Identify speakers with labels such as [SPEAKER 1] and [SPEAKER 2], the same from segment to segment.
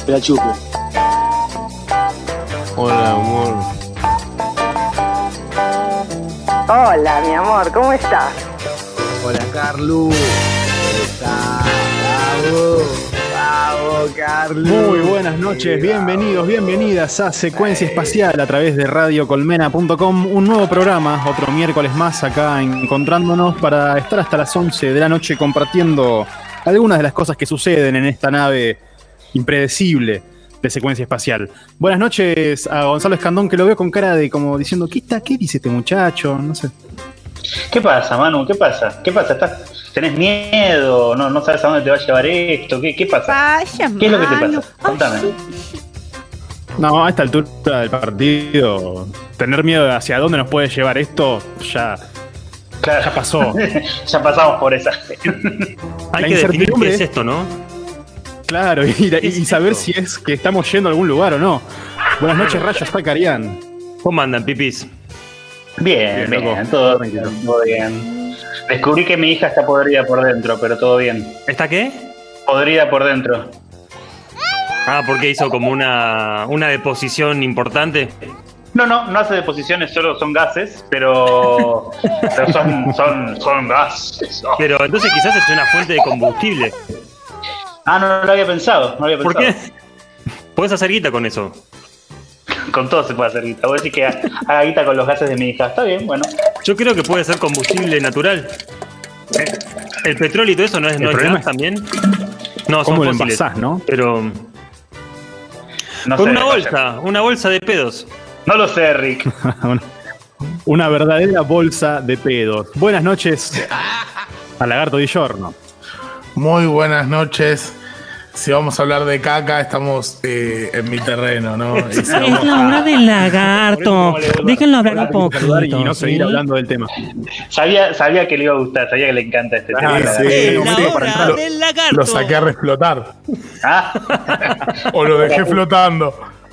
[SPEAKER 1] Que la chupe.
[SPEAKER 2] Hola, amor.
[SPEAKER 3] Hola, mi amor, ¿cómo estás?
[SPEAKER 2] Hola, Carlu. ¿Cómo estás? Bravo, Carlu.
[SPEAKER 4] Muy buenas noches, bienvenidos, bienvenidas a Secuencia Espacial a través de radiocolmena.com. Un nuevo programa, otro miércoles más acá encontrándonos para estar hasta las 11 de la noche compartiendo algunas de las cosas que suceden en esta nave impredecible de Secuencia Espacial. Buenas noches a Gonzalo Escandón, que lo veo con cara de como diciendo, ¿qué dice este muchacho? No sé.
[SPEAKER 5] ¿Qué pasa, Manu? ¿Qué pasa? ¿Tenés miedo? ¿No sabes a dónde te va a llevar esto? ¿Qué pasa?
[SPEAKER 6] Vaya,
[SPEAKER 5] ¿Qué es lo que te
[SPEAKER 6] Manu.
[SPEAKER 5] pasa? Contame.
[SPEAKER 4] No, a esta altura del partido, tener miedo de hacia dónde nos puede llevar esto, ya pasó.
[SPEAKER 5] Ya pasamos por esa.
[SPEAKER 7] Hay que definir qué es esto, ¿no?
[SPEAKER 4] Claro, y saber si es que estamos yendo a algún lugar o no. Buenas noches, Rayos Zacarián.
[SPEAKER 7] ¿Cómo andan, pipis?
[SPEAKER 5] Bien, todo bien. Descubrí que mi hija está podrida por dentro, pero todo bien.
[SPEAKER 7] ¿Está qué?
[SPEAKER 5] Podrida por dentro.
[SPEAKER 7] Ah, porque hizo como una deposición importante.
[SPEAKER 5] No hace deposiciones, solo son gases, pero son gases. Oh.
[SPEAKER 7] Pero entonces quizás es una fuente de combustible.
[SPEAKER 5] Ah, no lo había pensado.
[SPEAKER 7] ¿Por qué? Podés hacer guita con eso.
[SPEAKER 5] Con todo se puede hacer guita. Voy a decir que haga guita con los gases de mi hija. Está bien, bueno.
[SPEAKER 7] Yo creo que puede ser combustible natural. ¿El petróleo y todo eso no es gas también? No, son
[SPEAKER 4] ¿Cómo lo
[SPEAKER 7] fósiles,
[SPEAKER 4] envasás, no?
[SPEAKER 7] Pero
[SPEAKER 5] No
[SPEAKER 7] con
[SPEAKER 5] sé,
[SPEAKER 7] una bolsa de pedos.
[SPEAKER 5] No lo sé, Rick.
[SPEAKER 4] Una verdadera bolsa de pedos. Buenas noches a Lagarto Di Giorno.
[SPEAKER 2] Muy buenas noches. Si vamos a hablar de caca, estamos en mi terreno, ¿no? Y si
[SPEAKER 6] Es
[SPEAKER 2] vamos
[SPEAKER 6] la hora del lagarto. Déjenlo hablar un poquito.
[SPEAKER 4] Y no seguir hablando del tema.
[SPEAKER 5] Sabía que le iba a gustar, sabía que le encanta este tema.
[SPEAKER 2] sí,
[SPEAKER 6] Es la
[SPEAKER 2] sí,
[SPEAKER 6] hora del lagarto.
[SPEAKER 2] lo saqué a reflotar.
[SPEAKER 5] Ah.
[SPEAKER 2] O lo dejé flotando.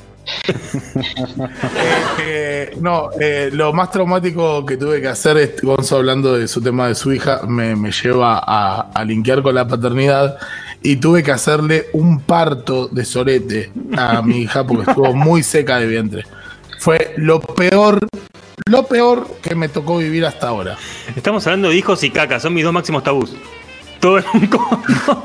[SPEAKER 2] Lo más traumático que tuve que hacer es, Gonzo hablando de su tema de su hija, me lleva a linkear con la paternidad. Y tuve que hacerle un parto de sorete a mi hija porque estuvo muy seca de vientre. Fue lo peor que me tocó vivir hasta ahora.
[SPEAKER 7] Estamos hablando de hijos y caca, son mis dos máximos tabús. Todo en un combo.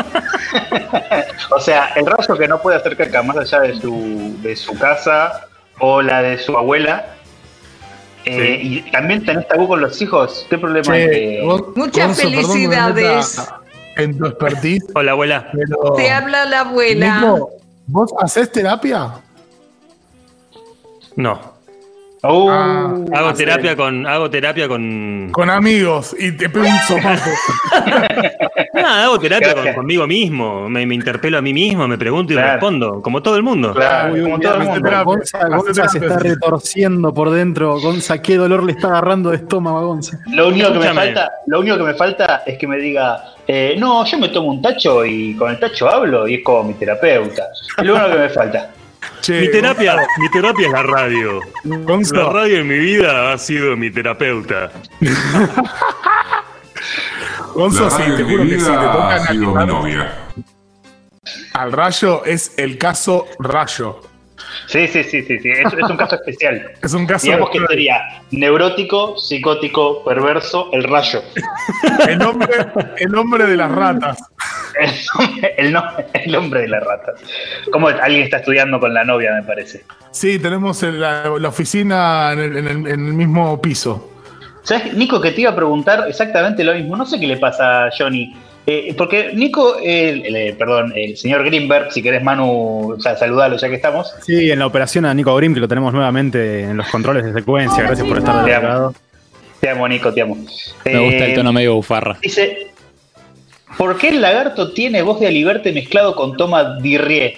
[SPEAKER 5] O sea, el Rayo que no puede hacer caca más allá de su casa o la de su abuela.
[SPEAKER 7] Sí.
[SPEAKER 5] Y también tenés tabú con los hijos. ¿Qué problema hay?
[SPEAKER 3] Muchas
[SPEAKER 2] Gonzo,
[SPEAKER 3] felicidades.
[SPEAKER 2] perdón, en tu expertise.
[SPEAKER 7] Hola, abuela.
[SPEAKER 2] Pero,
[SPEAKER 3] Te habla la abuela.
[SPEAKER 2] Nico, ¿vos hacés terapia?
[SPEAKER 7] No.
[SPEAKER 5] Hago
[SPEAKER 7] terapia con.
[SPEAKER 2] Con amigos y te pego un sopapo.
[SPEAKER 7] Nada, hago terapia
[SPEAKER 5] Gracias.
[SPEAKER 7] conmigo mismo. Me interpelo a mí mismo, me pregunto y
[SPEAKER 5] Claro.
[SPEAKER 7] respondo, como todo el mundo.
[SPEAKER 5] Claro,
[SPEAKER 4] Uy,
[SPEAKER 5] como todo el mundo.
[SPEAKER 4] Gonza se está retorciendo por dentro. Gonza, qué dolor le está agarrando de estómago a Gonza.
[SPEAKER 5] Lo único que
[SPEAKER 7] Escúchame.
[SPEAKER 5] me falta es que me diga, no, yo me tomo un tacho y con el tacho hablo y es como mi terapeuta. Es lo único que me falta.
[SPEAKER 2] Che,
[SPEAKER 7] Mi terapia es la radio.
[SPEAKER 2] Gonzo,
[SPEAKER 7] La radio en mi vida ha sido mi terapeuta.
[SPEAKER 2] Gonzo, sí, te juro que sí, te toca
[SPEAKER 8] ha sido mi
[SPEAKER 2] analizar
[SPEAKER 8] novia.
[SPEAKER 2] al Rayo, es el caso Rayo.
[SPEAKER 5] Sí. Es un caso especial.
[SPEAKER 2] Es un caso
[SPEAKER 5] Digamos que sería neurótico, psicótico, perverso, el Rayo.
[SPEAKER 2] el hombre de las ratas.
[SPEAKER 5] El hombre de las ratas. Como alguien está estudiando con la novia, me parece.
[SPEAKER 2] Sí, tenemos la oficina en el mismo piso.
[SPEAKER 5] ¿Sabes, Nico, que te iba a preguntar exactamente lo mismo? No sé qué le pasa a Johnny. Porque Nico, el señor Greenberg, si querés, Manu, saludalo ya que estamos.
[SPEAKER 4] Sí, en la operación a Nico Grimm, que lo tenemos nuevamente en los controles de secuencia. Gracias por estar del otro lado.
[SPEAKER 5] Te amo, Nico, te amo.
[SPEAKER 1] Me gusta el tono medio bufarra.
[SPEAKER 5] Dice, ¿por qué el lagarto tiene voz de Aliberte mezclado con Toma Durrié?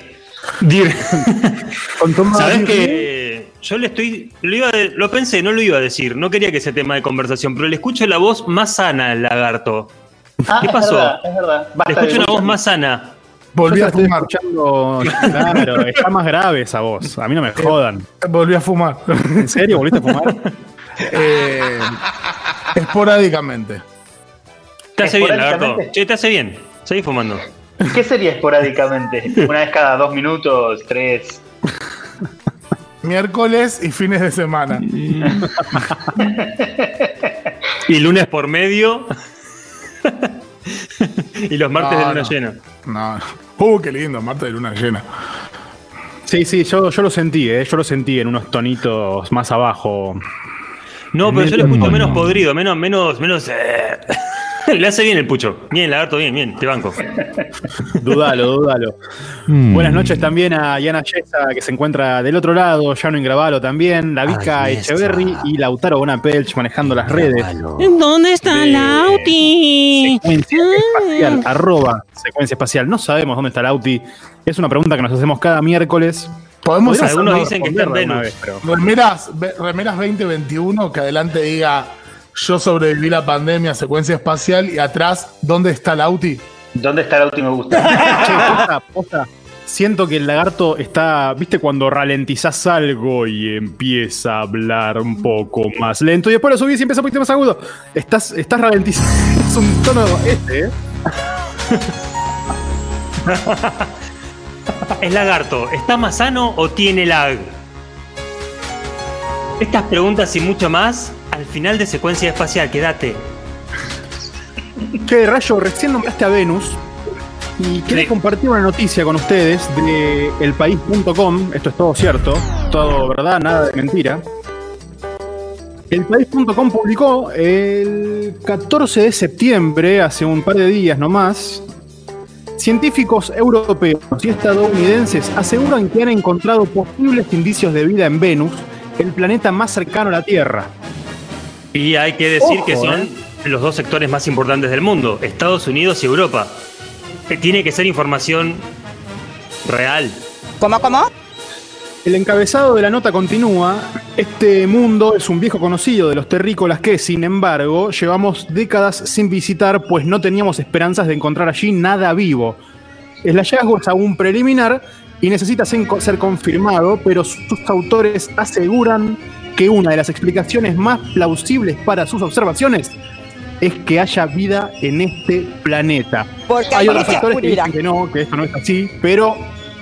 [SPEAKER 7] ¿Sabés qué? Yo lo pensé, no lo iba a decir, no quería que sea tema de conversación, pero le escucho la voz más sana al lagarto. ¿Qué pasó?
[SPEAKER 5] Es verdad.
[SPEAKER 7] Le escucho una voz más sana.
[SPEAKER 2] Volví
[SPEAKER 4] Yo
[SPEAKER 2] a
[SPEAKER 4] estoy
[SPEAKER 2] fumar.
[SPEAKER 4] escuchando. Claro, está más grave esa voz. A mí no me jodan.
[SPEAKER 2] Volví a fumar.
[SPEAKER 4] ¿En serio? ¿Volviste a fumar?
[SPEAKER 2] Esporádicamente.
[SPEAKER 7] Te hace bien,
[SPEAKER 5] Esporádicamente.
[SPEAKER 7] lagarto. Che, te hace bien. Seguí fumando.
[SPEAKER 5] ¿Qué sería esporádicamente? ¿Una vez cada 2 minutos, 3?
[SPEAKER 2] Miércoles y fines de semana.
[SPEAKER 7] Y lunes por medio. Y los martes de luna llena.
[SPEAKER 2] No. Qué lindo, martes de luna llena.
[SPEAKER 4] Sí, yo lo sentí, yo lo sentí en unos tonitos más abajo.
[SPEAKER 7] No, pero yo lo escucho menos podrido, menos. Le hace bien el pucho. Bien, lagarto, bien, te banco.
[SPEAKER 4] Dudalo. Buenas noches también a Yana Yesa, que se encuentra del otro lado, Jano Ingravalo también, la Vika Echeverry y Lautaro Bonapelch manejando las redes.
[SPEAKER 6] ¿Dónde está Lauti?
[SPEAKER 4] Secuencia espacial, @secuencia espacial. No sabemos dónde está Lauti. Es una pregunta que nos hacemos cada miércoles.
[SPEAKER 2] Podemos hacer
[SPEAKER 7] Algunos dicen que está en Venus.
[SPEAKER 2] remeras 2021 que adelante diga yo sobreviví la pandemia, secuencia espacial, y atrás, ¿dónde está Lauti?
[SPEAKER 5] ¿Dónde está Lauti? Me gusta.
[SPEAKER 4] Che, posta. Siento que el lagarto está, ¿viste cuando ralentizás algo y empieza a hablar un poco más lento y después lo subís y empieza un poquito más agudo? Estás ralentizando. Es un tono ¿eh?
[SPEAKER 7] Es lagarto, ¿está más sano o tiene lag? Estas preguntas y mucho más al final de Secuencia Espacial, quédate.
[SPEAKER 4] Che, Rayo, recién nombraste a Venus y quería compartir una noticia con ustedes de elpaís.com. Esto es todo cierto, todo verdad, nada de mentira. Elpaís.com publicó el 14 de septiembre, hace un par de días nomás, científicos europeos y estadounidenses aseguran que han encontrado posibles indicios de vida en Venus, el planeta más cercano a la Tierra.
[SPEAKER 7] Y hay que decir que son los dos sectores más importantes del mundo, Estados Unidos y Europa. Tiene que ser información real.
[SPEAKER 3] ¿Cómo?
[SPEAKER 4] El encabezado de la nota continúa: este mundo es un viejo conocido de los terrícolas que, sin embargo, llevamos décadas sin visitar, pues no teníamos esperanzas de encontrar allí nada vivo. El hallazgo es aún preliminar y necesita ser confirmado, pero sus autores aseguran que una de las explicaciones más plausibles para sus observaciones es que haya vida en este planeta. Hay otros factores que dicen que no, que esto no es así, pero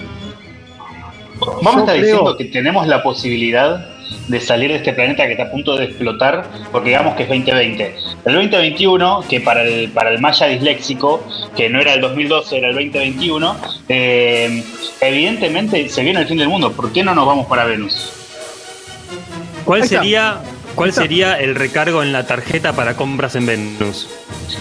[SPEAKER 5] vamos a estar diciendo que tenemos la posibilidad de salir de este planeta que está a punto de explotar, porque digamos que es 2020. El 2021, que para el maya disléxico, que no era el 2012, era el 2021, evidentemente se viene el fin del mundo. ¿Por qué no nos vamos para Venus?
[SPEAKER 7] ¿Cuál sería el recargo en la tarjeta para compras en Venus?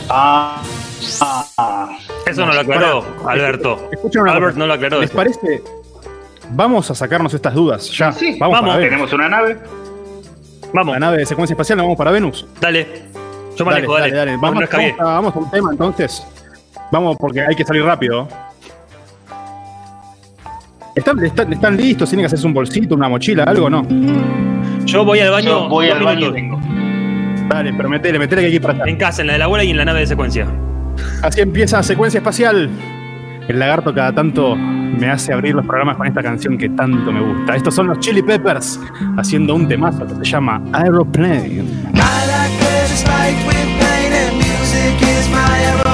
[SPEAKER 7] Eso no lo aclaró Alberto. Albert no lo aclaró.
[SPEAKER 4] ¿Les parece? Vamos a sacarnos estas dudas ya.
[SPEAKER 5] Sí,
[SPEAKER 4] vamos.
[SPEAKER 5] Tenemos una nave.
[SPEAKER 7] Vamos.
[SPEAKER 4] La nave de secuencia espacial, ¿nos vamos para Venus?
[SPEAKER 7] Dale. Yo manejo, dale.
[SPEAKER 4] Vamos a un tema entonces. Vamos, porque hay que salir rápido. ¿Están listos? ¿Tienen que hacerse un bolsito, una mochila, algo, no?
[SPEAKER 7] Yo voy al baño.
[SPEAKER 5] Yo voy al baño y vengo.
[SPEAKER 4] Dale, pero metele que hay que ir para allá.
[SPEAKER 7] En casa, en la de la abuela y en la nave de secuencia.
[SPEAKER 4] Así empieza Secuencia Espacial. El lagarto cada tanto me hace abrir los programas con esta canción que tanto me gusta. Estos son los Chili Peppers haciendo un temazo que se llama Aeroplane.
[SPEAKER 8] I like red, spiked with pain, and music is my aeroplane.